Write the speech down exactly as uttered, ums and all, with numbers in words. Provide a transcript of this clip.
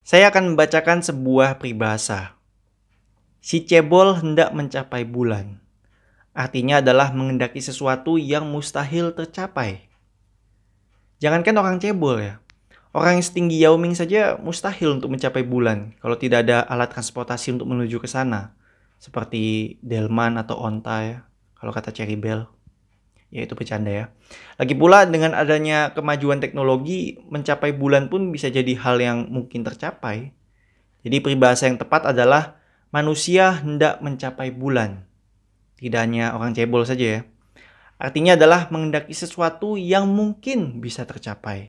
Saya akan membacakan sebuah peribahasa. Si cebol hendak mencapai bulan. Artinya adalah mengendaki sesuatu yang mustahil tercapai. Jangankan orang cebol ya. Orang yang setinggi Yao Ming saja mustahil untuk mencapai bulan kalau tidak ada alat transportasi untuk menuju ke sana. Seperti delman atau onta ya, kalau kata Cherry Bell. Ya itu bercanda ya. Lagi pula dengan adanya kemajuan teknologi, mencapai bulan pun bisa jadi hal yang mungkin tercapai. Jadi peribahasa yang tepat adalah manusia hendak mencapai bulan. Tidak hanya orang cebol saja ya. Artinya adalah mengendaki sesuatu yang mungkin bisa tercapai.